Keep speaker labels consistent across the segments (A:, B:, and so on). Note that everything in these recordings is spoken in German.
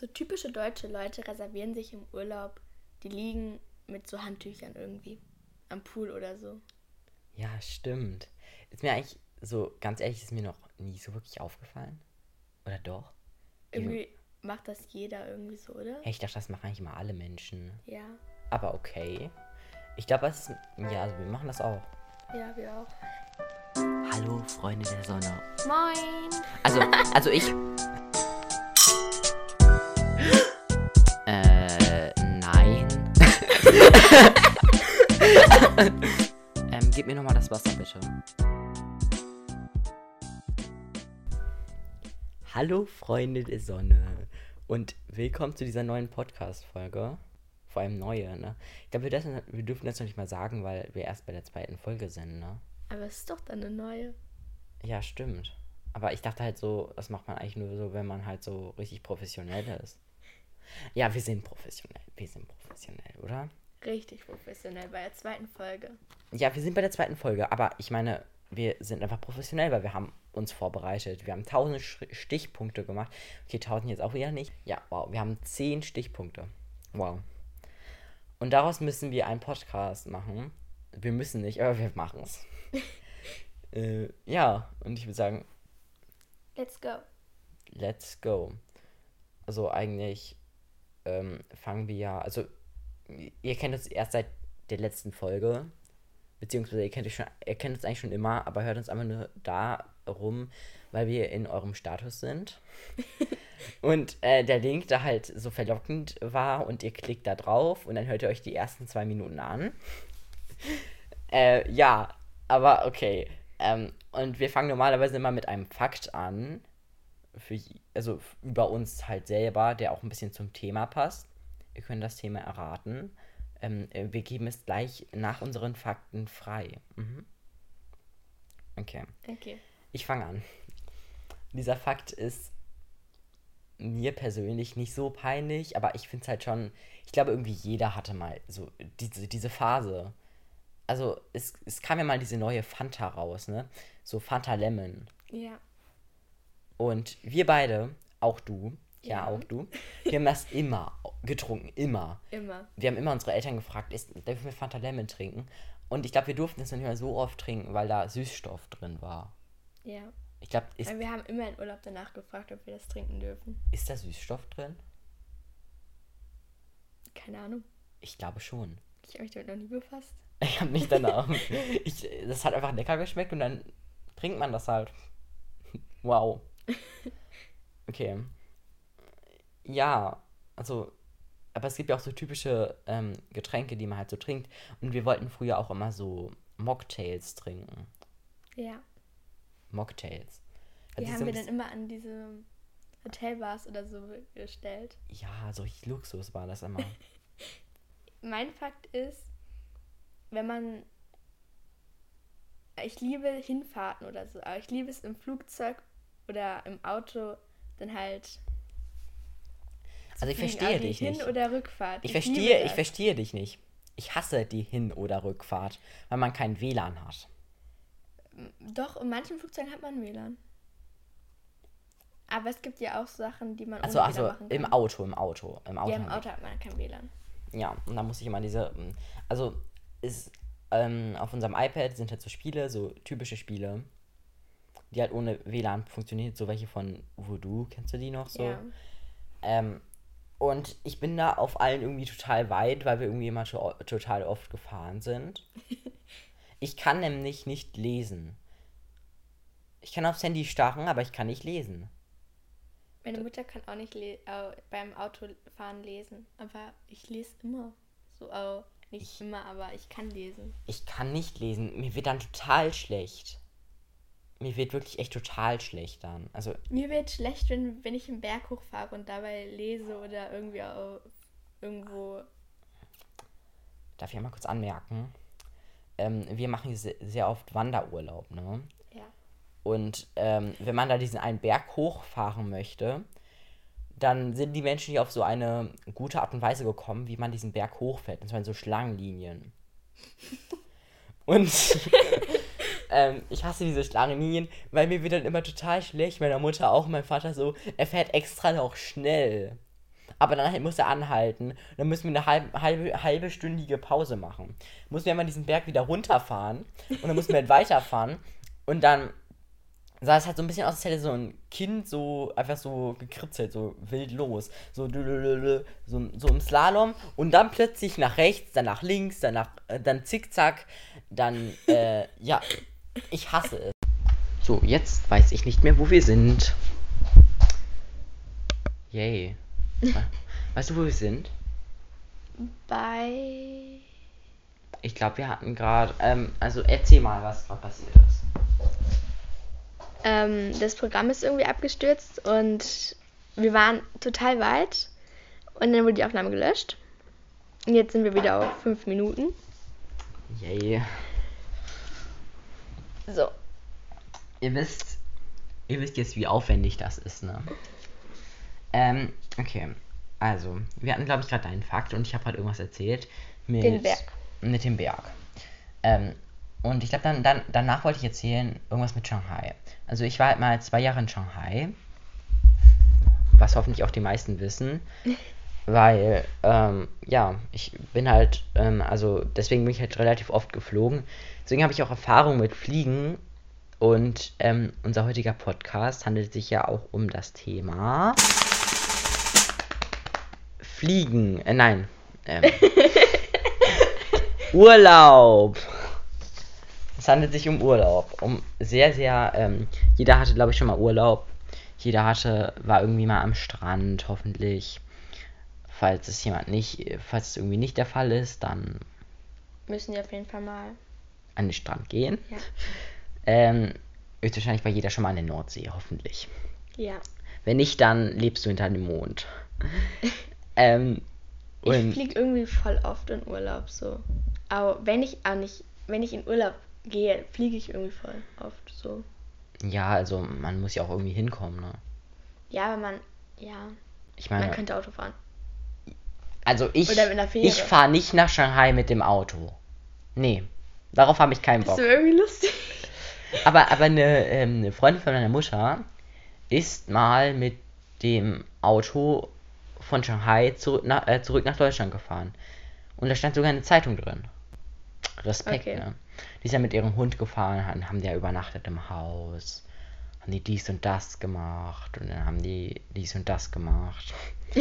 A: So typische deutsche Leute reservieren sich im Urlaub, die liegen mit so Handtüchern irgendwie am Pool oder so.
B: Ja, stimmt. Ist mir eigentlich so, ganz ehrlich, ist mir noch nie so wirklich aufgefallen. Oder doch?
A: Irgendwie macht das jeder irgendwie so, oder?
B: Hey, ich dachte, das machen eigentlich immer alle Menschen.
A: Ja.
B: Aber okay. Ich glaube, es ist. Ja, also wir machen das auch.
A: Ja, wir auch.
B: Hallo, Freunde der Sonne.
A: Moin!
B: Also ich. Nein. Gib mir nochmal das Wasser, bitte. Hallo, Freunde der Sonne. Und willkommen zu dieser neuen Podcast-Folge. Vor allem neue, ne? Ich glaube, wir dürfen das noch nicht mal sagen, weil wir erst bei der zweiten Folge sind, ne?
A: Aber es ist doch dann eine neue.
B: Ja, stimmt. Aber ich dachte halt so, das macht man eigentlich nur so, wenn man halt so richtig professionell ist. Ja, wir sind professionell, oder?
A: Richtig professionell bei der zweiten Folge.
B: Ja, wir sind bei der zweiten Folge, aber ich meine, wir sind einfach professionell, weil wir haben uns vorbereitet. Wir haben 1000 Stichpunkte gemacht. Okay, 1000 jetzt auch wieder nicht. Ja, wow, wir haben 10 Stichpunkte. Wow. Und daraus müssen wir einen Podcast machen. Wir müssen nicht, aber wir machen es. Ja, und ich würde sagen,
A: Let's go.
B: let's go. Also eigentlich fangen wir ja, also ihr kennt uns erst seit der letzten Folge, beziehungsweise ihr kennt uns eigentlich schon immer, aber hört uns einfach nur darum, weil wir in eurem Status sind. Und der Link da halt so verlockend war und ihr klickt da drauf und dann hört ihr euch die ersten 2 Minuten an. Ja, aber okay. Und wir fangen normalerweise immer mit einem Fakt an, also über uns halt selber, der auch ein bisschen zum Thema passt. Ihr könnt das Thema erraten. Wir geben es gleich nach unseren Fakten frei. Mhm. Okay. Ich fange an. Dieser Fakt ist mir persönlich nicht so peinlich, aber ich finde es halt schon, ich glaube irgendwie jeder hatte mal so diese Phase. Also es kam ja mal diese neue Fanta raus, ne? So Fanta Lemon.
A: Ja.
B: Und wir beide, auch du,
A: Ja.
B: auch du, wir haben das immer getrunken, immer.
A: Immer.
B: Wir haben immer unsere Eltern gefragt, dürfen wir Fanta Lemon trinken? Und ich glaube, wir durften es noch nicht mal so oft trinken, weil da Süßstoff drin war.
A: Ja.
B: Ich glaube,
A: Weil wir haben immer in Urlaub danach gefragt, ob wir das trinken dürfen.
B: ist da Süßstoff drin?
A: Keine Ahnung.
B: Ich glaube schon.
A: Ich habe mich damit noch nie befasst.
B: Ich habe nicht danach. Das hat einfach lecker geschmeckt und dann trinkt man das halt. Wow. Okay. Ja, also, aber es gibt ja auch so typische Getränke, die man halt so trinkt. Und wir wollten früher auch immer so Mocktails trinken.
A: Ja.
B: Mocktails.
A: Die haben wir dann immer an diese Hotelbars oder so gestellt.
B: Ja, so richtig Luxus war das immer.
A: Mein Fakt ist, ich liebe Hinfahrten oder so, aber ich liebe es im Flugzeug oder im Auto dann halt
B: Also ich
A: fliegen,
B: verstehe
A: aber die
B: dich
A: Hin-
B: nicht.
A: oder Rückfahrt.
B: Ich
A: liebe das.
B: verstehe dich nicht. Ich hasse die Hin- oder Rückfahrt, weil man kein WLAN hat.
A: Doch, in manchen Flugzeugen hat man WLAN. Aber es gibt ja auch Sachen, die man ohne
B: Also
A: WLAN machen kann.
B: im Auto.
A: Ja, im Auto hat man kein WLAN.
B: Ja, und da muss ich immer also auf unserem iPad sind halt so Spiele, so typische Spiele, die halt ohne WLAN funktionieren, so welche von Voodoo, kennst du die noch so?
A: Ja.
B: Und ich bin da auf allen irgendwie total weit, weil wir irgendwie immer total oft gefahren sind. Ich kann nämlich nicht lesen. Ich kann aufs Handy starren, aber ich kann nicht lesen.
A: Meine Mutter kann auch nicht beim Autofahren lesen, aber ich lese immer. Nicht immer, aber ich kann lesen.
B: Ich kann nicht lesen. Mir wird dann total schlecht. Mir wird wirklich echt total schlecht dann. Also
A: Mir wird schlecht, wenn ich einen Berg hochfahre und dabei lese oder irgendwie irgendwo.
B: darf ich mal kurz anmerken, wir machen sehr oft Wanderurlaub, ne?
A: Ja.
B: Und wenn man da diesen einen Berg hochfahren möchte, dann sind die Menschen hier auf so eine gute Art und Weise gekommen, wie man diesen Berg hochfährt. Und zwar in so Schlangenlinien. Und ich hasse diese Schlangenlinien, weil mir wird dann immer total schlecht. Meiner Mutter auch, mein Vater so, er fährt extra noch schnell. Aber dann muss er anhalten. Dann müssen wir eine halbstündige Pause machen. Müssen wir einmal diesen Berg wieder runterfahren. Und dann müssen wir halt weiterfahren. Und dann sah es halt so ein bisschen aus, als hätte so ein Kind so einfach so gekritzelt, so wild los. So im Slalom. Und dann plötzlich nach rechts, dann nach links, dann zickzack. Dann, ja, ich hasse es. So, jetzt weiß ich nicht mehr, wo wir sind. Yay. Weißt du, wo wir sind? Ich glaube, wir hatten gerade, also erzähl mal, was gerade passiert ist.
A: Das Programm ist irgendwie abgestürzt und wir waren total weit und dann wurde die Aufnahme gelöscht. Und jetzt sind wir wieder auf 5 Minuten.
B: Yay.
A: So.
B: Ihr wisst jetzt, wie aufwendig das ist, ne? Okay. Also, wir hatten, glaube ich, gerade einen Fakt und ich habe halt irgendwas erzählt mit
A: Den Berg.
B: Mit dem Berg. Und ich glaube, danach wollte ich erzählen, irgendwas mit Shanghai. Also ich war halt mal 2 Jahre in Shanghai, was hoffentlich auch die meisten wissen, weil, ja, ich bin halt, also deswegen bin ich halt relativ oft geflogen. Deswegen habe ich auch Erfahrung mit Fliegen und unser heutiger Podcast handelt sich ja auch um das Thema Fliegen, nein, Urlaub. Es handelt sich um Urlaub. Jeder hatte, glaube ich, schon mal Urlaub. War irgendwie mal am Strand, hoffentlich. Falls es irgendwie nicht der Fall ist, dann
A: Müssen die auf jeden Fall mal
B: an den Strand gehen.
A: Ja.
B: Höchstwahrscheinlich war jeder schon mal an der Nordsee, hoffentlich.
A: Ja.
B: Wenn nicht, dann lebst du hinter dem Mond.
A: Ich fliege irgendwie voll oft in Urlaub so. Aber wenn ich in Urlaub gehe, fliege ich irgendwie voll oft so.
B: Ja, also man muss ja auch irgendwie hinkommen, ne?
A: Ja, aber
B: Ich meine,
A: man könnte Auto fahren.
B: Also
A: Oder mit einer Fähre.
B: ich fahre nicht nach Shanghai mit dem Auto. Nee, darauf habe ich keinen Bock.
A: Das ist irgendwie lustig.
B: Aber eine Freundin von meiner Mutter ist mal mit dem Auto von Shanghai zurück nach Deutschland gefahren. Und da stand sogar eine Zeitung drin. Respekt,
A: Okay.
B: ne? Die ist ja mit ihrem Hund gefahren, haben die ja übernachtet im Haus. Haben die dies und das gemacht. Und dann haben die dies und das gemacht.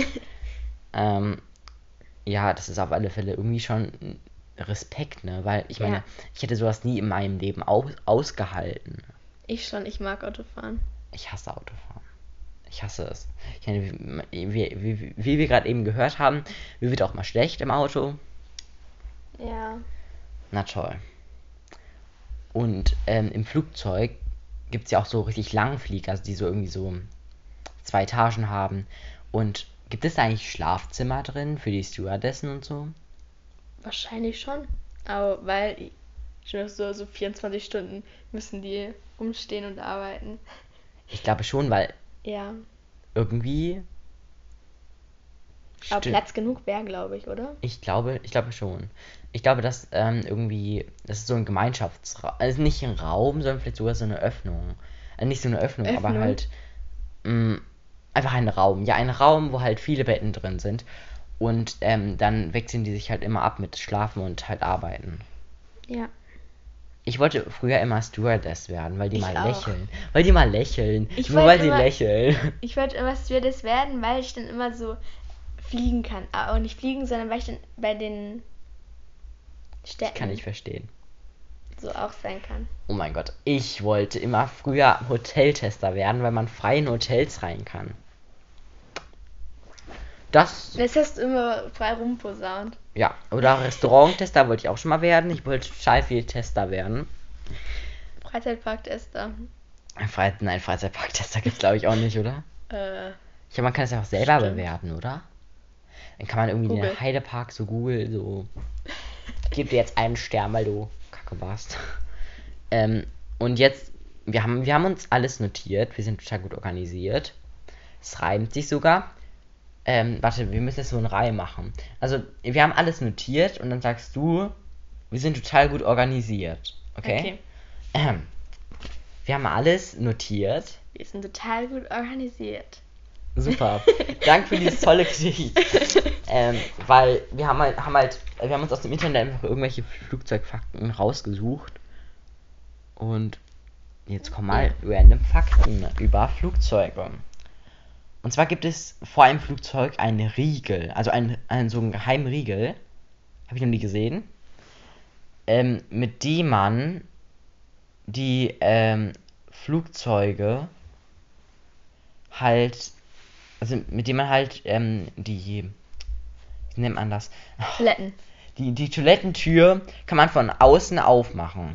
B: Ja, das ist auf alle Fälle irgendwie schon Respekt, ne? Weil ich meine, ich hätte sowas nie in meinem Leben ausgehalten.
A: Ich schon, ich mag Autofahren.
B: Ich hasse Autofahren. Ich hasse es. Ich meine, wie wir gerade eben gehört haben, mir wird auch mal schlecht im Auto.
A: Ja.
B: Na toll. Und im Flugzeug gibt es ja auch so richtig Langflieger, also die so irgendwie so 2 Etagen haben. Und gibt es da eigentlich Schlafzimmer drin für die Stewardessen und so?
A: Wahrscheinlich schon. Aber weil schon so 24 Stunden müssen die rumstehen und arbeiten.
B: Ich glaube schon, weil
A: Ja.
B: irgendwie.
A: Aber Platz genug wäre, glaube ich, oder?
B: Ich glaube schon. Ich glaube, dass das ist so ein Gemeinschaftsraum, also nicht ein Raum, sondern vielleicht sogar so eine Öffnung. Nicht so eine Öffnung, aber halt einfach ein Raum. Ja, ein Raum, wo halt viele Betten drin sind. Und dann wechseln die sich halt immer ab mit Schlafen und halt Arbeiten.
A: Ja.
B: Ich wollte früher immer Stewardess werden, weil die
A: Ich
B: mal
A: auch.
B: lächeln. Weil die mal lächeln.
A: Ich
B: Nur
A: wollte
B: weil sie
A: immer-
B: lächeln.
A: Ich wollte immer Stewardess werden, weil ich dann immer so fliegen kann. Aber nicht fliegen, sondern weil ich dann bei den Städten
B: Kann ich verstehen.
A: so auch sein kann.
B: Oh mein Gott, ich wollte immer früher Hoteltester werden, weil man frei in Hotels rein kann. Das,
A: Das hast du immer frei rumposaunt.
B: ja, oder Restauranttester wollte ich auch schon mal werden. Ich wollte total viel Tester werden.
A: Freizeitpark-Tester.
B: Nein, Freizeitparktester gibt's glaube ich auch nicht, oder? Ich glaube, man kann es ja auch selber
A: Stimmt.
B: bewerten, oder? Dann kann man irgendwie
A: Google.
B: den Heidepark so Google so. Gib dir jetzt einen Stern, weil du Kacke warst. Und jetzt, wir haben uns alles notiert. Wir sind total gut organisiert. Es reimt sich sogar. Warte, wir müssen jetzt so eine Reihe machen. Also, wir haben alles notiert und dann sagst du, wir sind total gut organisiert. Okay? Wir haben alles notiert.
A: Wir sind total gut organisiert.
B: Super. Danke für dieses tolle Gedicht. Weil wir wir haben uns aus dem Internet einfach irgendwelche Flugzeugfakten rausgesucht. Und jetzt kommen mal random Fakten über Flugzeuge. Und zwar gibt es vor einem Flugzeug einen Riegel, also einen so einen geheimen Riegel, habe ich noch nie gesehen, mit dem man die Flugzeuge halt, also mit dem man halt wie nennt man das?
A: Toiletten.
B: Die Toilettentür kann man von außen aufmachen.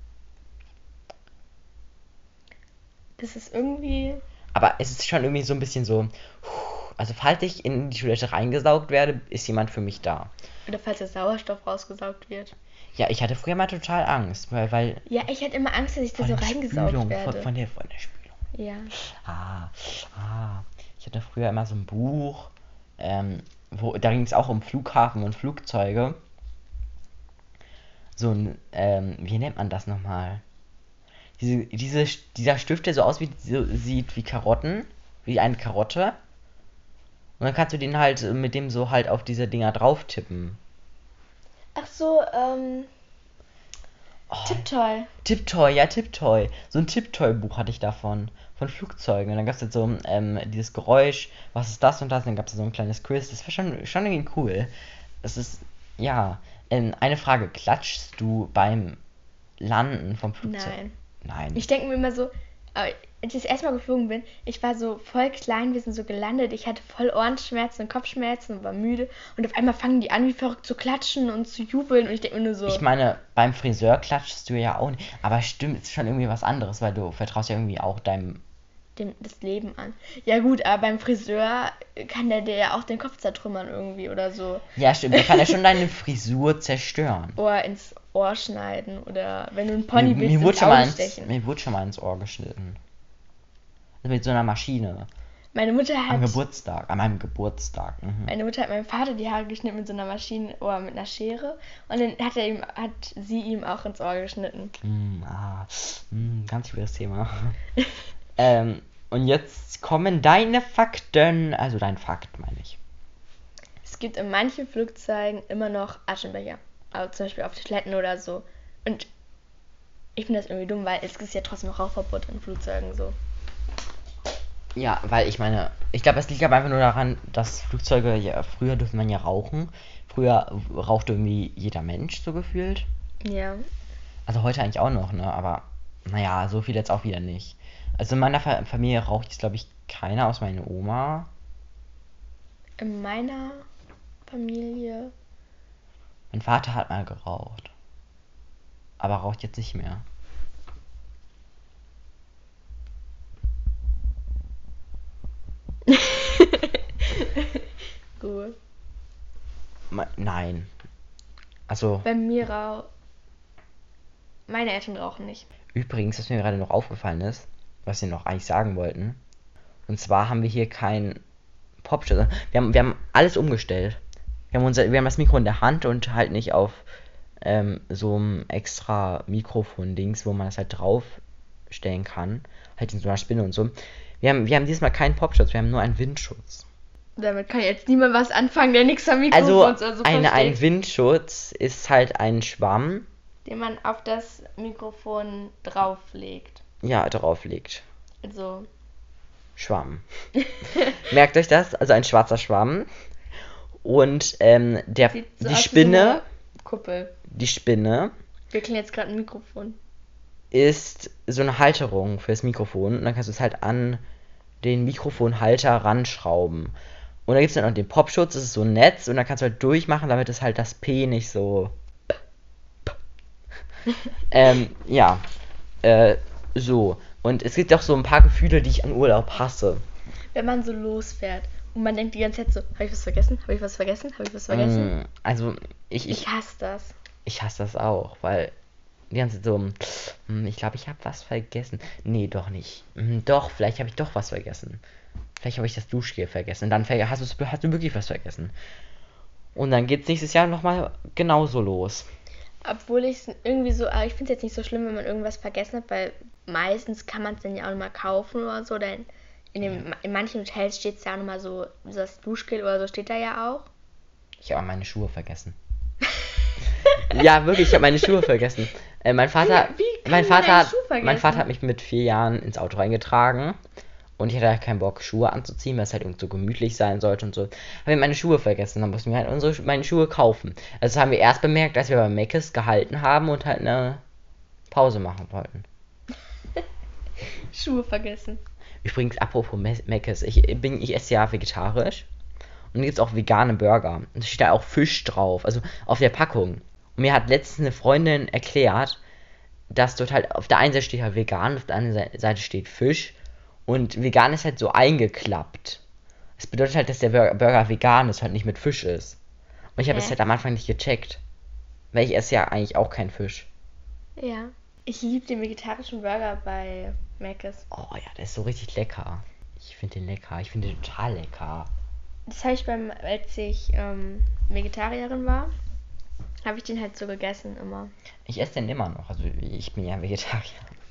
A: Das ist irgendwie.
B: Aber es ist schon irgendwie so ein bisschen so, also falls ich in die Toilette reingesaugt werde, ist jemand für mich da.
A: Oder falls der Sauerstoff rausgesaugt wird.
B: Ja, ich hatte früher mal total Angst, weil
A: Ja, ich hatte immer Angst, dass ich da so reingesaugt werde.
B: Von der Spülung.
A: Ja.
B: Ich hatte früher immer so ein Buch, da ging es auch um Flughafen und Flugzeuge. So ein, wie nennt man das nochmal? Dieser Stift, der so sieht wie Karotten, wie eine Karotte. Und dann kannst du den halt mit dem so halt auf diese Dinger drauf tippen.
A: Ach so, Tiptoy.
B: Tiptoy. So ein Tiptoy-Buch hatte ich davon. Von Flugzeugen. Und dann gab es halt so dieses Geräusch, was ist das und das? Und dann gab es so ein kleines Quiz. Das war schon irgendwie cool. Das ist, ja. Eine Frage, klatschst du beim Landen vom Flugzeug? Nein.
A: Ich denke mir immer so, als ich das erste Mal geflogen bin, ich war so voll klein, wir sind so gelandet, ich hatte voll Ohrenschmerzen und Kopfschmerzen und war müde und auf einmal fangen die an, wie verrückt zu klatschen und zu jubeln und ich denke mir nur so.
B: Ich meine, beim Friseur klatschst du ja auch nicht, aber stimmt, ist schon irgendwie was anderes, weil du vertraust ja irgendwie auch
A: das Leben an. Ja gut, aber beim Friseur kann der dir ja auch den Kopf zertrümmern irgendwie oder so.
B: Ja, stimmt, der kann ja schon deine Frisur zerstören.
A: Oder ins Ohr schneiden oder wenn du ein Pony bist,
B: ins
A: Auge stechen.
B: Mir wurde schon mal ins Ohr geschnitten. Also mit so einer Maschine.
A: Meine Mutter hat...
B: An meinem Geburtstag.
A: Meine Mutter hat meinem Vater die Haare geschnitten mit so einer Maschine oder mit einer Schere und dann hat sie ihm auch ins Ohr geschnitten.
B: Ganz schweres Thema. Und jetzt kommen deine Fakten, also dein Fakt, meine ich.
A: Es gibt in manchen Flugzeugen immer noch Aschenbecher, also zum Beispiel auf Toiletten oder so. Und ich finde das irgendwie dumm, weil es ist ja trotzdem Rauchverbot in Flugzeugen so.
B: Ja, weil ich meine, ich glaube, es liegt aber einfach nur daran, dass Flugzeuge, ja, früher durfte man ja rauchen. Früher rauchte irgendwie jeder Mensch so gefühlt.
A: Ja.
B: Also heute eigentlich auch noch, ne? Aber naja, so viel jetzt auch wieder nicht. Also in meiner Familie raucht jetzt, glaube ich, keiner aus meiner Oma.
A: In meiner Familie.
B: Mein Vater hat mal geraucht. Aber raucht jetzt nicht mehr.
A: Gut.
B: Nein. Also.
A: Bei mir meine Eltern rauchen nicht.
B: Übrigens, was mir gerade noch aufgefallen ist, was wir noch eigentlich sagen wollten. Und zwar haben wir hier kein Popschutz. Wir haben alles umgestellt. Wir haben das Mikro in der Hand und halt nicht auf so einem extra Mikrofon-Dings, wo man das halt draufstellen kann. Halt in so einer Spinne und so. Wir haben diesmal keinen Popschutz, wir haben nur einen Windschutz.
A: Damit kann jetzt niemand was anfangen, der nichts am Mikrofon so versteht.
B: Ein Windschutz ist halt ein Schwamm,
A: den man auf das Mikrofon drauflegt.
B: Ja, drauflegt.
A: Also.
B: Schwamm. Merkt euch das? Also ein schwarzer Schwamm. Und die Spinne.
A: Kuppel.
B: Die Spinne.
A: Wir kriegen jetzt gerade ein Mikrofon.
B: Ist so eine Halterung fürs Mikrofon. Und dann kannst du es halt an den Mikrofonhalter ranschrauben. Und da gibt es dann noch den Popschutz, das ist so ein Netz. Und dann kannst du halt durchmachen, damit es halt das P nicht so. Ja. So. Und es gibt auch so ein paar Gefühle, die ich an Urlaub hasse.
A: Wenn man so losfährt und man denkt die ganze Zeit so, habe ich was vergessen? Habe ich was vergessen? Habe ich was vergessen?
B: Also,
A: ich hasse das.
B: Ich hasse das auch, weil die ganze Zeit so, ich glaube, ich habe was vergessen. Nee, doch nicht. Doch, vielleicht habe ich doch was vergessen. Vielleicht habe ich das Duschgel vergessen. Und dann hast du wirklich was vergessen. Und dann geht's nächstes Jahr nochmal genauso los.
A: Obwohl ich es irgendwie so, aber ich finde es jetzt nicht so schlimm, wenn man irgendwas vergessen hat, weil meistens kann man es dann ja auch nochmal kaufen oder so. Dann In manchen Hotels steht es ja auch nochmal so das Duschgel oder so steht da ja auch.
B: Ich habe meine Schuhe vergessen. Ja, wirklich, ich habe meine Schuhe vergessen. Mein Vater hat mich mit 4 Jahren ins Auto reingetragen. Und ich hatte halt keinen Bock, Schuhe anzuziehen, weil es halt irgendwie so gemütlich sein sollte und so. Habe ich meine Schuhe vergessen, dann mussten wir halt meine Schuhe kaufen. Also das haben wir erst bemerkt, als wir bei Mc's gehalten haben und halt eine Pause machen wollten.
A: Schuhe vergessen.
B: Übrigens, apropos Mc's, ich esse ja vegetarisch. Und hier gibt es auch vegane Burger. Und da steht da auch Fisch drauf, also auf der Packung. Und mir hat letztens eine Freundin erklärt, dass dort halt auf der einen Seite steht halt vegan, auf der anderen Seite steht Fisch. Und vegan ist halt so eingeklappt. Das bedeutet halt, dass der Burger vegan ist, halt nicht mit Fisch ist. Und ich habe das halt am Anfang nicht gecheckt. Weil ich esse ja eigentlich auch keinen Fisch.
A: Ja. Ich liebe den vegetarischen Burger bei Mc's.
B: Oh ja, der ist so richtig lecker. Ich finde den lecker. Ich finde den total lecker.
A: Das habe ich als ich Vegetarierin war, habe ich den halt so gegessen immer.
B: Ich esse den immer noch. Also ich bin ja Vegetarier.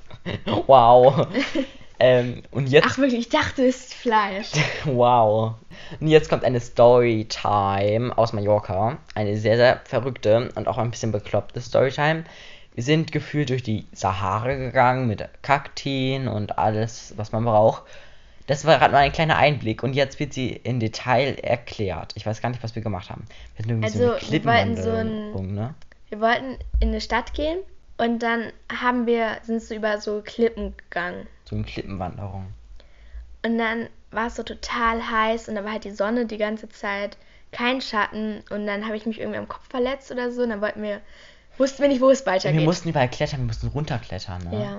B: Wow. Und jetzt...
A: Ach wirklich, ich dachte, es ist Fleisch.
B: Wow. Und jetzt kommt eine Storytime aus Mallorca. Eine sehr, sehr verrückte und auch ein bisschen bekloppte Storytime. Wir sind gefühlt durch die Sahara gegangen mit Kakteen und alles, was man braucht. Das war gerade mal ein kleiner Einblick und jetzt wird sie in Detail erklärt. Ich weiß gar nicht, was wir gemacht haben. Wir hatten irgendwie so eine Klippenwanderung, ne?
A: Wir wollten in eine Stadt gehen und dann sind so über so Klippen gegangen.
B: So eine Klippenwanderung.
A: Und dann war es so total heiß und da war halt die Sonne die ganze Zeit, kein Schatten und dann habe ich mich irgendwie am Kopf verletzt oder so und dann wussten wir nicht, wo es weitergeht.
B: Wir mussten überall klettern, wir mussten runterklettern, ne?
A: Ja.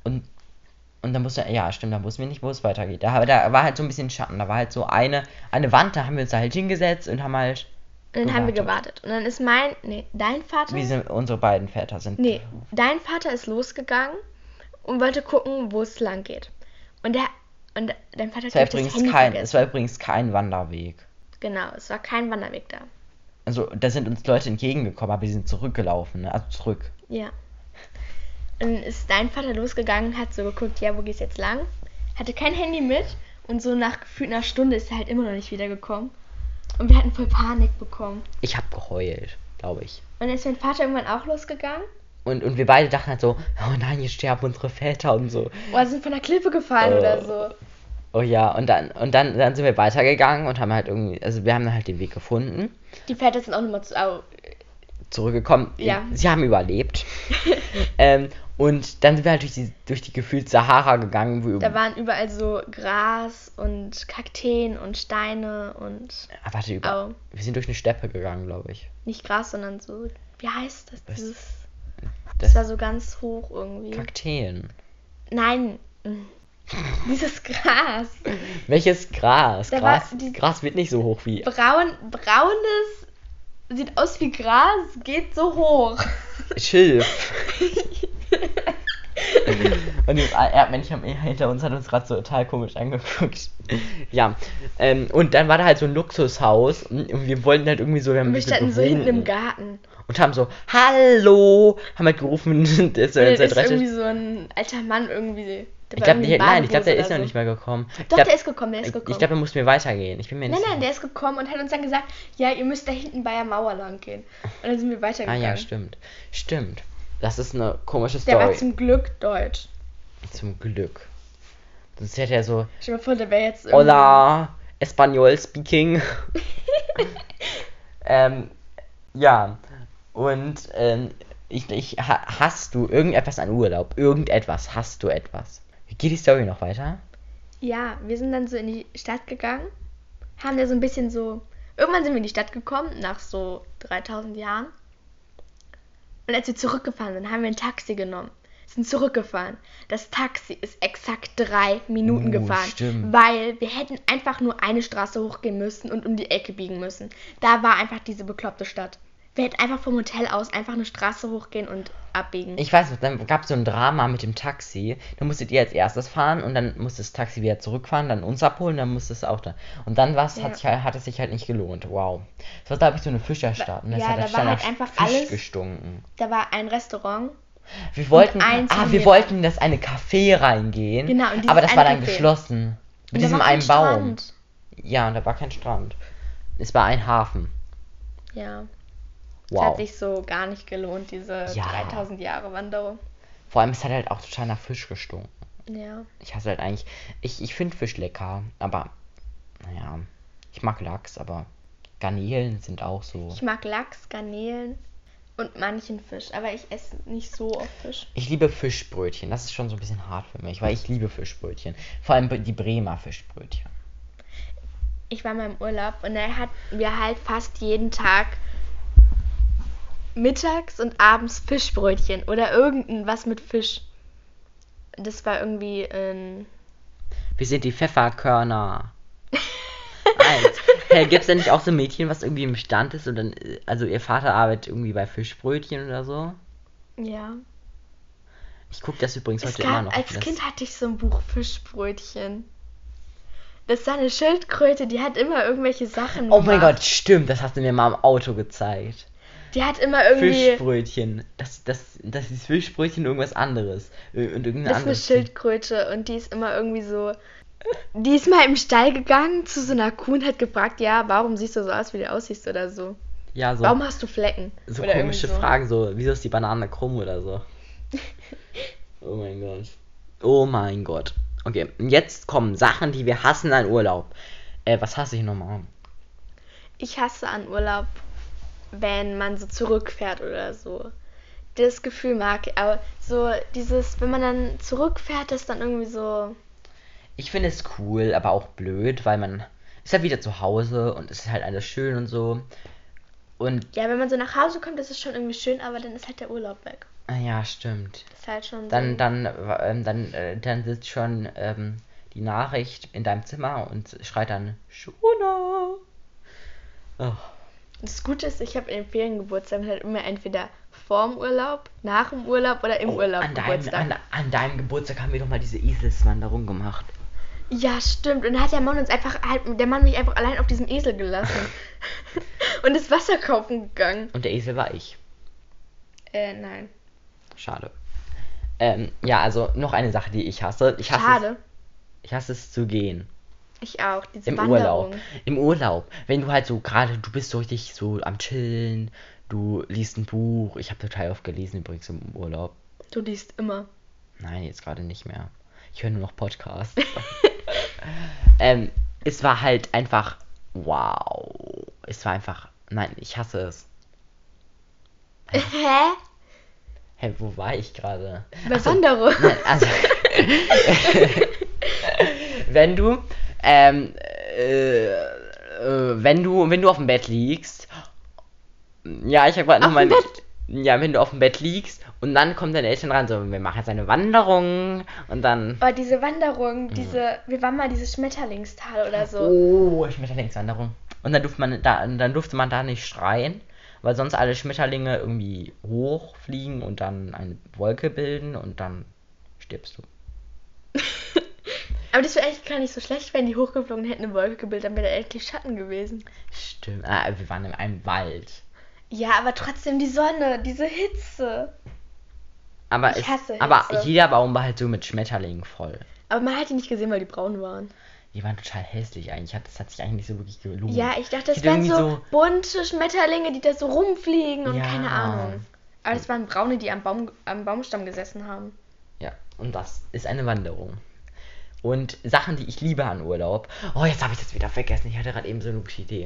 B: Und dann wussten wir nicht, wo es weitergeht. Da war halt so ein bisschen Schatten, da war halt so eine Wand, da haben wir uns da halt hingesetzt und haben halt
A: und dann haben wir gewartet. Und dann ist dein Vater...
B: unsere beiden Väter sind...
A: Nee, dein Vater ist losgegangen und wollte gucken, wo es lang geht. Und dein Vater hat das Handy vergessen.
B: Es war übrigens kein Wanderweg.
A: Genau, es war kein Wanderweg da.
B: Also, da sind uns Leute entgegengekommen, aber die sind zurückgelaufen, ne? Also zurück.
A: Ja. Und dann ist dein Vater losgegangen und hat so geguckt, ja, wo geht's jetzt lang? Hatte kein Handy mit und so gefühlt einer Stunde ist er halt immer noch nicht wiedergekommen. Und wir hatten voll Panik bekommen.
B: Ich hab geheult, glaube ich.
A: Und dann ist mein Vater irgendwann auch losgegangen.
B: Und wir beide dachten halt so, oh nein, hier sterben unsere Väter und so.
A: Oder sind von der Klippe gefallen oder so.
B: Oh ja, und dann sind wir weitergegangen und haben halt irgendwie, also wir haben dann halt den Weg gefunden.
A: Die Väter sind auch nochmal
B: zurückgekommen.
A: Ja.
B: Sie haben überlebt. Und dann sind wir halt durch die gefühlt Sahara gegangen.
A: Da waren überall so Gras und Kakteen und Steine und...
B: wir sind durch eine Steppe gegangen, glaube ich.
A: Nicht Gras, sondern so... Wie heißt das? Das war so ganz hoch irgendwie.
B: Kakteen.
A: Nein. Dieses Gras.
B: Welches Gras? Gras wird nicht so hoch wie...
A: Braunes... Sieht aus wie Gras, geht so hoch.
B: Schilf. Und das Erdmännchen hinter uns hat uns gerade so total komisch angeguckt. Ja, und dann war da halt so ein Luxushaus und wir wollten halt irgendwie so...
A: Wir standen so hinten im Garten.
B: Und haben so, hallo, haben halt gerufen.
A: Das ist irgendwie so ein alter Mann irgendwie...
B: Ich glaube, der ist noch nicht mehr gekommen.
A: Der ist gekommen,
B: Ich glaube, da mussten wir weitergehen.
A: Nein, der ist gekommen und hat uns dann gesagt, ja, ihr müsst da hinten bei der Mauer lang gehen. Und dann sind wir weitergegangen.
B: Ah ja, stimmt. Das ist eine komische Story.
A: Der war zum Glück deutsch.
B: Zum Glück. Sonst hätte er so...
A: Stell dir mal vor, der wäre jetzt...
B: Hola, Espanol speaking. Ja, und hast du irgendetwas an Urlaub? Hast du etwas? Geht die Story noch weiter?
A: Ja, wir sind dann so in die Stadt gegangen, haben da so ein bisschen so... Irgendwann sind wir in die Stadt gekommen, nach so 3000 Jahren. Und als wir zurückgefahren sind, haben wir ein Taxi genommen. Sind zurückgefahren. Das Taxi ist exakt 3 Minuten gefahren.
B: Stimmt.
A: Weil wir hätten einfach nur eine Straße hochgehen müssen und um die Ecke biegen müssen. Da war einfach diese bekloppte Stadt. Wir hätten einfach vom Hotel aus einfach eine Straße hochgehen und abbiegen.
B: Ich weiß, dann gab es so ein Drama mit dem Taxi. Dann musstet ihr als erstes fahren und dann musste das Taxi wieder zurückfahren, dann uns abholen, dann musste es auch da. Und dann hat es sich halt nicht gelohnt. Wow. Das war, glaube ich, so eine Fischerstadt. Und
A: ja, da war halt einfach
B: Fisch
A: alles
B: gestunken.
A: Da war ein Restaurant.
B: Wir wollten, dass eine Café reingehen.
A: Genau,
B: aber das war dann geschlossen. Mit
A: da
B: diesem
A: war kein
B: einen Baum.
A: Strand.
B: Ja, und da war kein Strand. Es war ein Hafen.
A: Ja. Es hat
B: Wow.
A: sich so gar nicht gelohnt, diese
B: Ja.
A: 3000 Jahre Wanderung.
B: Vor allem, es hat halt auch total nach Fisch gestunken.
A: Ja.
B: Ich hasse halt eigentlich. Ich finde Fisch lecker, aber naja. Ich mag Lachs, aber Garnelen sind auch so.
A: Ich mag Lachs, Garnelen und manchen Fisch, aber ich esse nicht so oft Fisch.
B: Ich liebe Fischbrötchen. Das ist schon so ein bisschen hart für mich, weil ich liebe Fischbrötchen. Vor allem die Bremer Fischbrötchen.
A: Ich war mal im Urlaub und da hatten wir halt fast jeden Tag mittags und abends Fischbrötchen oder irgendwas mit Fisch. Das war irgendwie
B: Wir sind die Pfefferkörner. Eins. Hey, gibt's denn nicht auch so ein Mädchen, was irgendwie im Stand ist und dann, also ihr Vater arbeitet irgendwie bei Fischbrötchen oder so?
A: ja.
B: Ich gucke das übrigens
A: Es
B: heute immer
A: gab,
B: noch.
A: als Kind hatte ich so ein Buch Fischbrötchen. Das war eine Schildkröte, die hat immer irgendwelche Sachen
B: Oh mein
A: gemacht.
B: Gott, stimmt, das hast du mir mal im Auto gezeigt.
A: Die hat immer irgendwie...
B: Fischbrötchen. Das ist Fischbrötchen irgendwas anderes. Und irgendein
A: Das ist eine
B: anderes.
A: Schildkröte und die ist immer irgendwie so... Die ist mal im Stall gegangen zu so einer Kuh und hat gefragt, ja, warum siehst du so aus, wie du aussiehst oder so.
B: Ja, so,
A: Warum hast du Flecken?
B: so
A: Oder
B: komische
A: irgendwie so.
B: Fragen, so, wieso ist die Banane krumm oder so. Oh mein Gott. Oh mein Gott. Okay, und jetzt kommen Sachen, die wir hassen an Urlaub. Was hasse ich nochmal?
A: Ich hasse an Urlaub, wenn man so zurückfährt oder so. Das Gefühl mag ich, aber so dieses, wenn man dann zurückfährt, ist dann irgendwie so...
B: Ich finde es cool, aber auch blöd, weil man ist halt wieder zu Hause und es ist halt alles schön und so. Und,
A: Ja, wenn man so nach Hause kommt, ist es schon irgendwie schön, aber dann ist halt der Urlaub weg.
B: ja, stimmt.
A: Das ist halt schon
B: Dann,
A: so...
B: dann sitzt schon die Nachricht in deinem Zimmer und schreit dann Schule. Oh.
A: Das Gute ist, ich habe in den Feriengeburtstagen halt immer entweder vorm Urlaub, nach dem Urlaub oder im Urlaub
B: an,
A: Geburtstag.
B: an deinem Geburtstag haben wir doch mal diese Eselswanderung gemacht.
A: Ja, stimmt. Und da hat der Mann mich einfach allein auf diesem Esel gelassen. Und ist Wasser kaufen gegangen.
B: Und der Esel war ich.
A: Nein.
B: Schade. Ja, also noch eine Sache, die ich hasse.
A: Schade.
B: Ich hasse es zu gehen.
A: Ich auch. Diese
B: Im
A: Wanderung.
B: Urlaub. Im Urlaub. Wenn du halt so gerade, du bist so richtig so am Chillen, du liest ein Buch. Ich habe total oft gelesen übrigens im Urlaub.
A: Du liest immer.
B: Nein, jetzt gerade nicht mehr. Ich höre nur noch Podcasts. Es war halt einfach, wow. Es war einfach, nein, ich hasse es.
A: Hä?
B: Hä, wo war ich gerade?
A: Bei Wanderung.
B: Nein, also, wenn du, wenn du auf dem Bett liegst, ja, ich habe gerade noch
A: Auf
B: mal,
A: dem Bett?
B: ja, wenn du auf dem Bett liegst und dann kommen deine Eltern ran, so, wir machen jetzt eine Wanderung und dann,
A: Oh, diese Wanderung, wir waren mal dieses Schmetterlingstal oder so.
B: oh, Schmetterlingswanderung. Und dann durfte man da nicht schreien, weil sonst alle Schmetterlinge irgendwie hochfliegen und dann eine Wolke bilden und dann stirbst du.
A: Aber das wäre eigentlich gar nicht so schlecht, wenn die hochgeflogen hätten eine Wolke gebildet, dann wäre da endlich Schatten gewesen.
B: Stimmt. Wir waren in einem Wald.
A: Ja, aber trotzdem die Sonne, diese Hitze.
B: Aber,
A: Ich hasse
B: aber
A: Hitze.
B: jeder Baum war halt so mit Schmetterlingen voll.
A: Aber man hat die nicht gesehen, weil die braun waren.
B: Die waren total hässlich eigentlich. Das hat sich eigentlich nicht so wirklich gelohnt.
A: Ja, ich dachte, das
B: Ich hätte
A: wären
B: irgendwie
A: so bunte Schmetterlinge, die da so rumfliegen und
B: Ja.
A: keine Ahnung. Aber das waren braune, die am Baumstamm gesessen haben.
B: Ja, und das ist eine Wanderung. Und Sachen, die ich liebe an Urlaub. Oh, jetzt habe ich das wieder vergessen. Ich hatte gerade eben so eine gute Idee.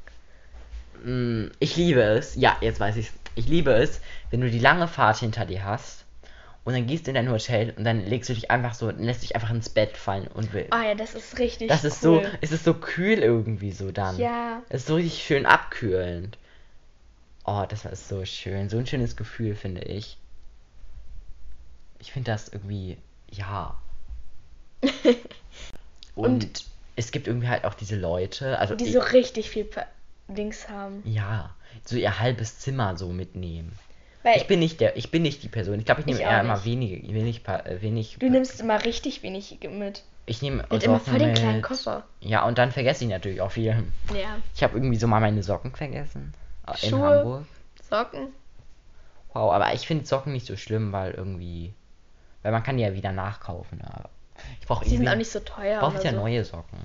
B: Ich liebe es. Ja, jetzt weiß ich's. Ich liebe es, wenn du die lange Fahrt hinter dir hast und dann gehst du in dein Hotel und dann legst du dich einfach so, lässt dich einfach ins Bett fallen und willst.
A: Oh ja, das ist richtig
B: Das ist
A: cool.
B: so, es ist so kühl irgendwie so dann.
A: Ja.
B: Es ist so richtig schön abkühlend. Oh, das ist so schön. So ein schönes Gefühl, finde ich. Ich finde das irgendwie, ja. Und es gibt irgendwie halt auch diese Leute, also
A: Die so richtig viel Dings haben.
B: ja, so ihr halbes Zimmer so mitnehmen.
A: Weil
B: Ich bin nicht die Person. Ich glaube, ich nehme
A: Ich
B: eher
A: auch
B: immer
A: nicht.
B: wenig.
A: du nimmst immer richtig wenig mit.
B: Ich nehme
A: Mit immer voll den kleinen
B: mit.
A: Koffer.
B: Ja, und dann vergesse ich natürlich auch viel.
A: Ja.
B: Ich habe irgendwie so mal meine Socken vergessen. In
A: Schuhe.
B: Hamburg.
A: Socken.
B: Wow, aber ich finde Socken nicht so schlimm, weil irgendwie. Weil man kann die ja wieder nachkaufen. Ich brauche
A: Die sind
B: irgendwie...
A: auch nicht so teuer
B: Ich brauche
A: oder
B: jetzt ja
A: so.
B: neue Socken.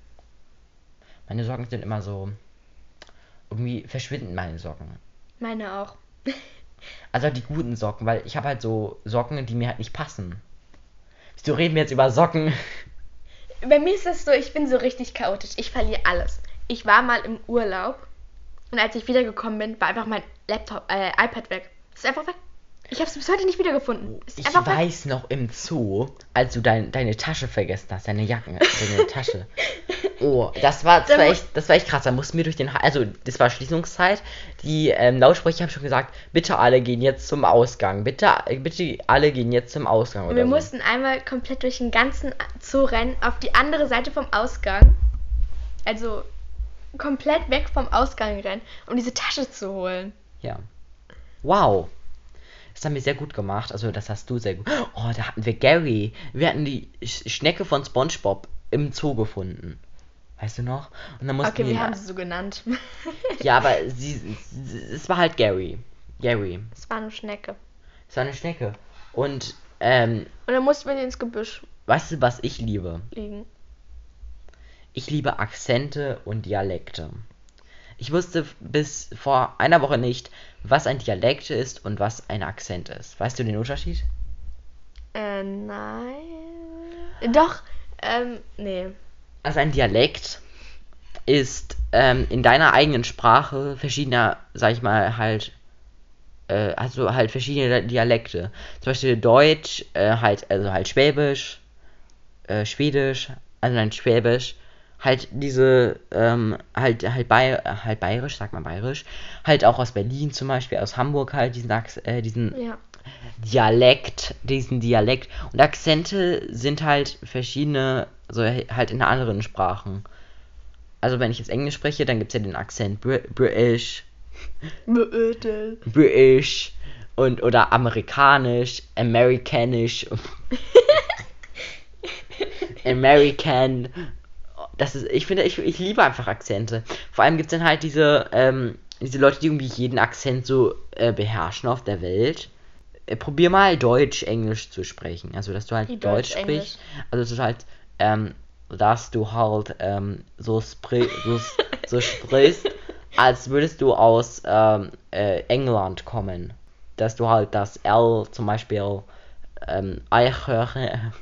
B: Meine Socken sind immer so... Irgendwie verschwinden meine Socken.
A: Meine auch.
B: Also die guten Socken, weil ich habe halt so Socken, die mir halt nicht passen. Wieso reden wir jetzt über Socken?
A: Bei mir ist das so, ich bin so richtig chaotisch. Ich verliere alles. Ich war mal im Urlaub und als ich wiedergekommen bin, war einfach mein iPad weg. Ist einfach weg. Ich habe es bis heute nicht wiedergefunden. Ist
B: Ich
A: einfach weg.
B: weiß noch im Zoo, als du deine Tasche vergessen hast, deine Tasche. Oh, das war echt krass. Da mussten wir durch den... Also, das war Schließungszeit. Die Lautsprecher haben schon gesagt, bitte alle gehen jetzt zum Ausgang. Bitte alle gehen jetzt zum Ausgang.
A: Und
B: Oder
A: wir
B: so.
A: mussten einmal komplett durch den ganzen Zoo rennen, auf die andere Seite vom Ausgang. Also komplett weg vom Ausgang rennen, um diese Tasche zu holen.
B: Ja. Wow. Das haben wir sehr gut gemacht. Also, das hast du sehr gut... Oh, da hatten wir Gary. Wir hatten die Schnecke von SpongeBob im Zoo gefunden. Weißt du noch? Und dann mussten
A: Okay, wir
B: ihn-
A: haben sie so genannt.
B: Ja, aber es war halt Gary. Gary.
A: Es war eine Schnecke.
B: Es war eine Schnecke. Und,
A: Und dann mussten wir die ins Gebüsch
B: weißt du, was ich liebe?
A: legen.
B: Ich liebe Akzente und Dialekte. Ich wusste bis vor einer Woche nicht, was ein Dialekt ist und was ein Akzent ist. Weißt du den Unterschied?
A: Nein. Doch, nee.
B: Also ein Dialekt ist in deiner eigenen Sprache verschiedener, sag ich mal, halt verschiedene Dialekte. Zum Beispiel Deutsch, halt Schwäbisch, Schwedisch, also nein, Schwäbisch, halt diese, Bayerisch, sagt man Bayerisch, halt auch aus Berlin zum Beispiel, aus Hamburg halt, diesen
A: Ja.
B: diesen Dialekt. Und Akzente sind halt verschiedene, so halt in anderen Sprachen. Also wenn ich jetzt Englisch spreche, dann gibt es ja den Akzent British und oder amerikanisch, americanisch, American. Ich liebe einfach Akzente. Vor allem gibt es dann halt diese Leute, die irgendwie jeden Akzent so beherrschen auf der Welt. Probier mal Deutsch-Englisch zu sprechen. Also, dass du halt
A: Wie
B: Deutsch
A: Deutsch-Englisch?
B: sprichst. Also, dass du halt, dass du halt so sprichst, als würdest du aus England kommen. Dass du halt das L zum Beispiel Eichhörnchen.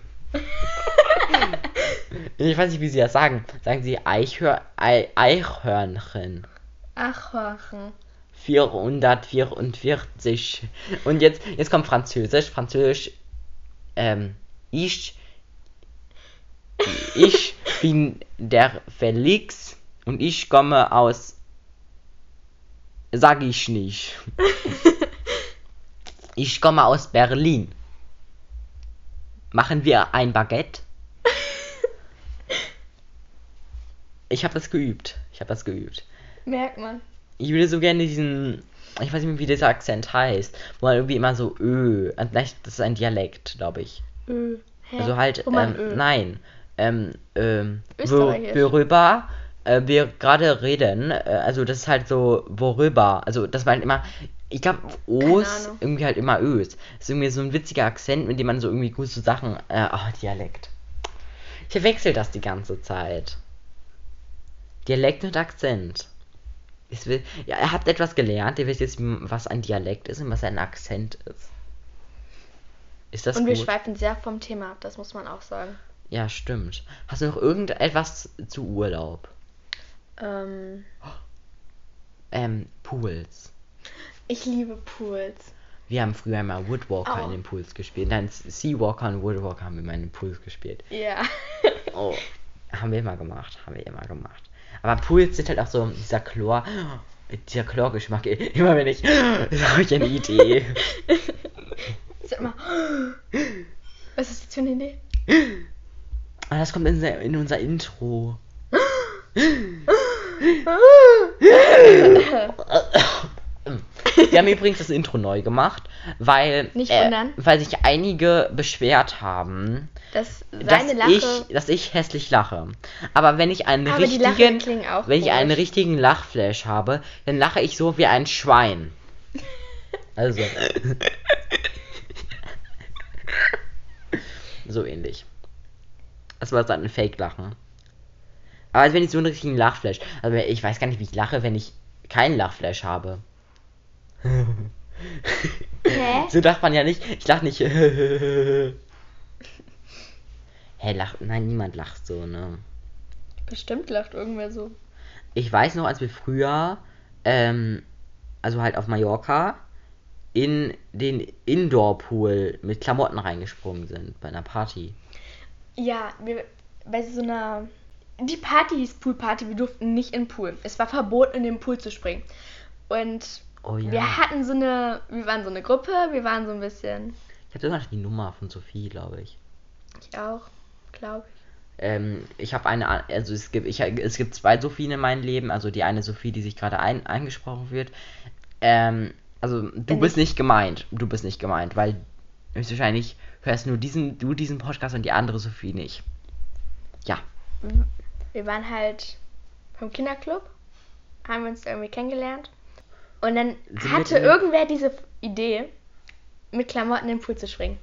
B: Ich weiß nicht, wie sie das sagen. Sagen sie Eichhörnchen.
A: Achwachen.
B: 444. Und jetzt kommt Französisch. Ich bin der Felix und ich komme aus. Sag ich nicht. Ich komme aus Berlin. Machen wir ein Baguette? Ich habe das geübt.
A: Merkt man.
B: Ich würde so gerne diesen, ich weiß nicht mehr, wie dieser Akzent heißt, wo man irgendwie immer so das ist ein Dialekt, glaube ich.
A: Hä?
B: Also halt,
A: Wo man
B: nein,
A: Österreichisch.
B: worüber wir gerade reden, also das ist halt so, worüber, also das man immer, ich glaube, O's,
A: Ahnung.
B: irgendwie halt immer Ös. Das ist irgendwie so ein witziger Akzent, mit dem man so irgendwie gut so Sachen, Dialekt. Ich verwechsel das die ganze Zeit. Dialekt und Akzent. Ihr habt etwas gelernt, ihr wisst jetzt, was ein Dialekt ist und was ein Akzent ist. Ist das
A: Und wir
B: gut?
A: schweifen sehr vom Thema ab, das muss man auch sagen.
B: Ja, stimmt. Hast du noch irgendetwas zu Urlaub? Pools.
A: Ich liebe Pools.
B: Wir haben früher mal Woodwalker
A: Oh.
B: in den Pools gespielt. Nein, Seawalker und Woodwalker haben wir mal in den Pools gespielt.
A: Ja.
B: Oh, haben wir immer gemacht. Aber Pools sind halt auch so dieser Chlorgeschmack. Immer wenn ich, da habe ich eine Idee.
A: Sag mal. Was ist das für eine Idee?
B: Ah, das kommt in unser Intro. Wir haben übrigens das Intro neu gemacht, weil,
A: Nicht wundern.
B: weil sich einige beschwert haben,
A: Dass seine Lache.
B: dass ich hässlich lache. Aber wenn ich einen
A: Aber die Lachen
B: richtigen,
A: klingen auch
B: wenn ich einen
A: komisch.
B: richtigen Lachflash habe, dann lache ich so wie ein Schwein. Also. So ähnlich. Das war so ein Fake-Lachen. Aber als wenn ich so einen richtigen Lachflash. Also ich weiß gar nicht, wie ich lache, wenn ich keinen Lachflash habe.
A: Hä?
B: So lacht man ja nicht. Ich lach nicht. Hä, lacht. Nein, niemand lacht so, ne?
A: Bestimmt lacht irgendwer so.
B: Ich weiß noch, als wir früher, also halt auf Mallorca, in den Indoor-Pool mit Klamotten reingesprungen sind bei einer Party.
A: Ja, bei so einer... Die Party hieß Poolparty, wir durften nicht in den Pool. Es war verboten, in den Pool zu springen. Und
B: Oh ja.
A: wir waren so eine Gruppe, wir waren so ein bisschen...
B: Ich habe sogar noch die Nummer von Sophie, glaube ich.
A: Ich auch, glaube ich.
B: Ich habe also es gibt zwei Sophien in meinem Leben, also die eine Sophie, die sich gerade eingesprochen wird. Also du bist nicht gemeint, weil höchstwahrscheinlich hörst nur diesen Podcast und die andere Sophie nicht. Ja.
A: Wir waren halt vom Kinderclub, haben wir uns irgendwie kennengelernt und dann hatte irgendwer diese Idee, mit Klamotten in den Pool zu springen.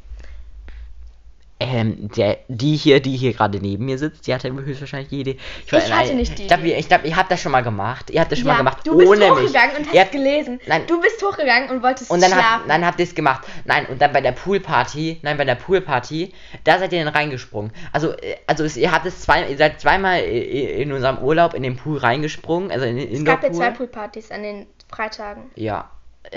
B: Die hier gerade neben mir sitzt, die hatte höchstwahrscheinlich die Idee.
A: Ich hatte nicht die Idee.
B: Ich glaube, ihr habt das schon mal gemacht. Ihr habt das schon mal gemacht,
A: du bist
B: ohne mich.
A: hochgegangen und hast gelesen.
B: Nein.
A: Du bist hochgegangen und wolltest
B: und dann
A: schlafen.
B: Dann habt ihr es gemacht. Nein, und dann bei der Poolparty, da seid ihr dann reingesprungen. Also ihr seid zweimal in unserem Urlaub in den Pool reingesprungen, also in den Indoor-Pool.
A: Es gab ja 2 Poolpartys an den Freitagen.
B: Ja,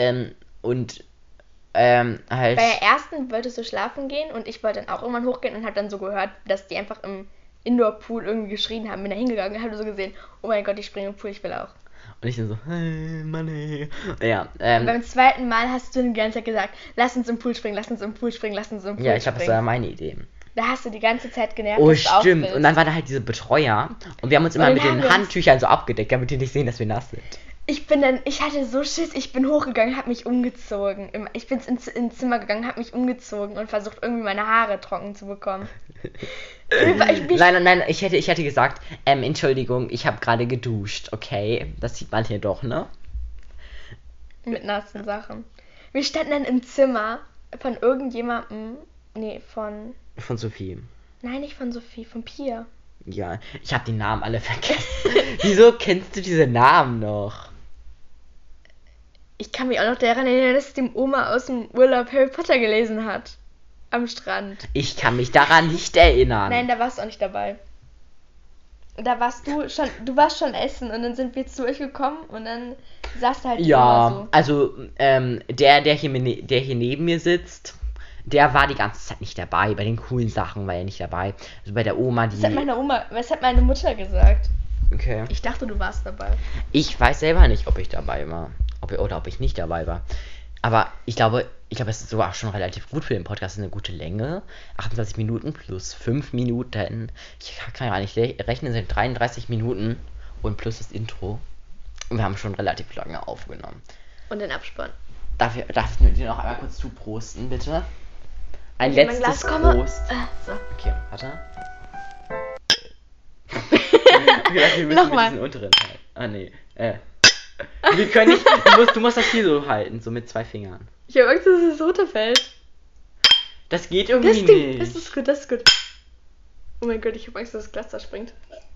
B: halt...
A: Bei der ersten wolltest du schlafen gehen und ich wollte dann auch irgendwann hochgehen und habe dann so gehört, dass die einfach im Indoor-Pool irgendwie geschrien haben. Bin da hingegangen und habe so gesehen, oh mein Gott, ich springe im Pool, ich will auch.
B: Und ich dann so, hey, Mann, hey. Ja,
A: beim zweiten Mal hast du die ganze Zeit gesagt, lass uns im Pool springen, lass uns im Pool springen, lass uns im Pool springen.
B: Ja, ich glaube, das war meine Idee.
A: Da hast du die ganze Zeit genervt,
B: Oh,
A: dass du
B: stimmt.
A: auch willst.
B: Und dann war da halt diese Betreuer und wir haben uns immer mit den Handtüchern so abgedeckt, damit die nicht sehen, dass wir nass sind.
A: Ich hatte so Schiss, ich bin hochgegangen, hab mich umgezogen. Ich bin ins Zimmer gegangen, hab mich umgezogen und versucht irgendwie meine Haare trocken zu bekommen.
B: Nein, ich hätte gesagt, Entschuldigung, ich habe gerade geduscht, okay? Das sieht man hier doch, ne?
A: Mit nassen Sachen. Wir standen dann im Zimmer von irgendjemandem, von
B: Sophie.
A: Nein, nicht von Sophie, von Pia.
B: Ja, ich habe die Namen alle vergessen. Wieso kennst du diese Namen noch?
A: Ich kann mich auch noch daran erinnern, dass die Oma aus dem Urlaub Harry Potter gelesen hat. Am Strand.
B: Ich kann mich daran nicht erinnern.
A: Nein, da warst du auch nicht dabei. Da warst du warst schon essen und dann sind wir zu euch gekommen und dann saß da halt die Oma so.
B: Also, der hier neben mir sitzt, der war die ganze Zeit nicht dabei. Bei den coolen Sachen war er nicht dabei. Also bei der Oma, die...
A: Was hat meine Mutter gesagt?
B: Okay.
A: Ich dachte, du warst dabei.
B: Ich weiß selber nicht, ob ich dabei war. Ob ich nicht dabei war. Aber ich glaube, es ist sogar auch schon relativ gut für den Podcast. Es ist eine gute Länge. 28 Minuten plus 5 Minuten. Ich kann ja nicht rechnen, es sind 33 Minuten und plus das Intro. Und wir haben schon relativ lange aufgenommen.
A: Und den Abspann.
B: Darf ich dir noch einmal kurz zuprosten, bitte? Ein letztes Prost.
A: So.
B: Okay, warte. Wir müssen
A: Nochmal.
B: mit diesen unteren halten. Ah, nee. Wir können nicht. Du musst das hier so halten, so mit 2 Fingern.
A: Ich habe Angst, dass es runterfällt.
B: Das geht irgendwie nicht.
A: Das ist gut. Oh mein Gott, ich habe Angst, dass das Glas zerspringt.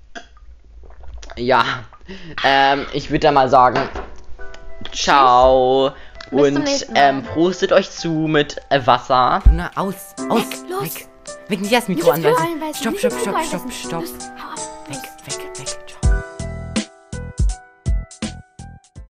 B: Ja. Ich würde da mal sagen. Ciao. Und prostet euch zu mit Wasser. Na, aus. Weg, nicht das Mikro an. Stopp.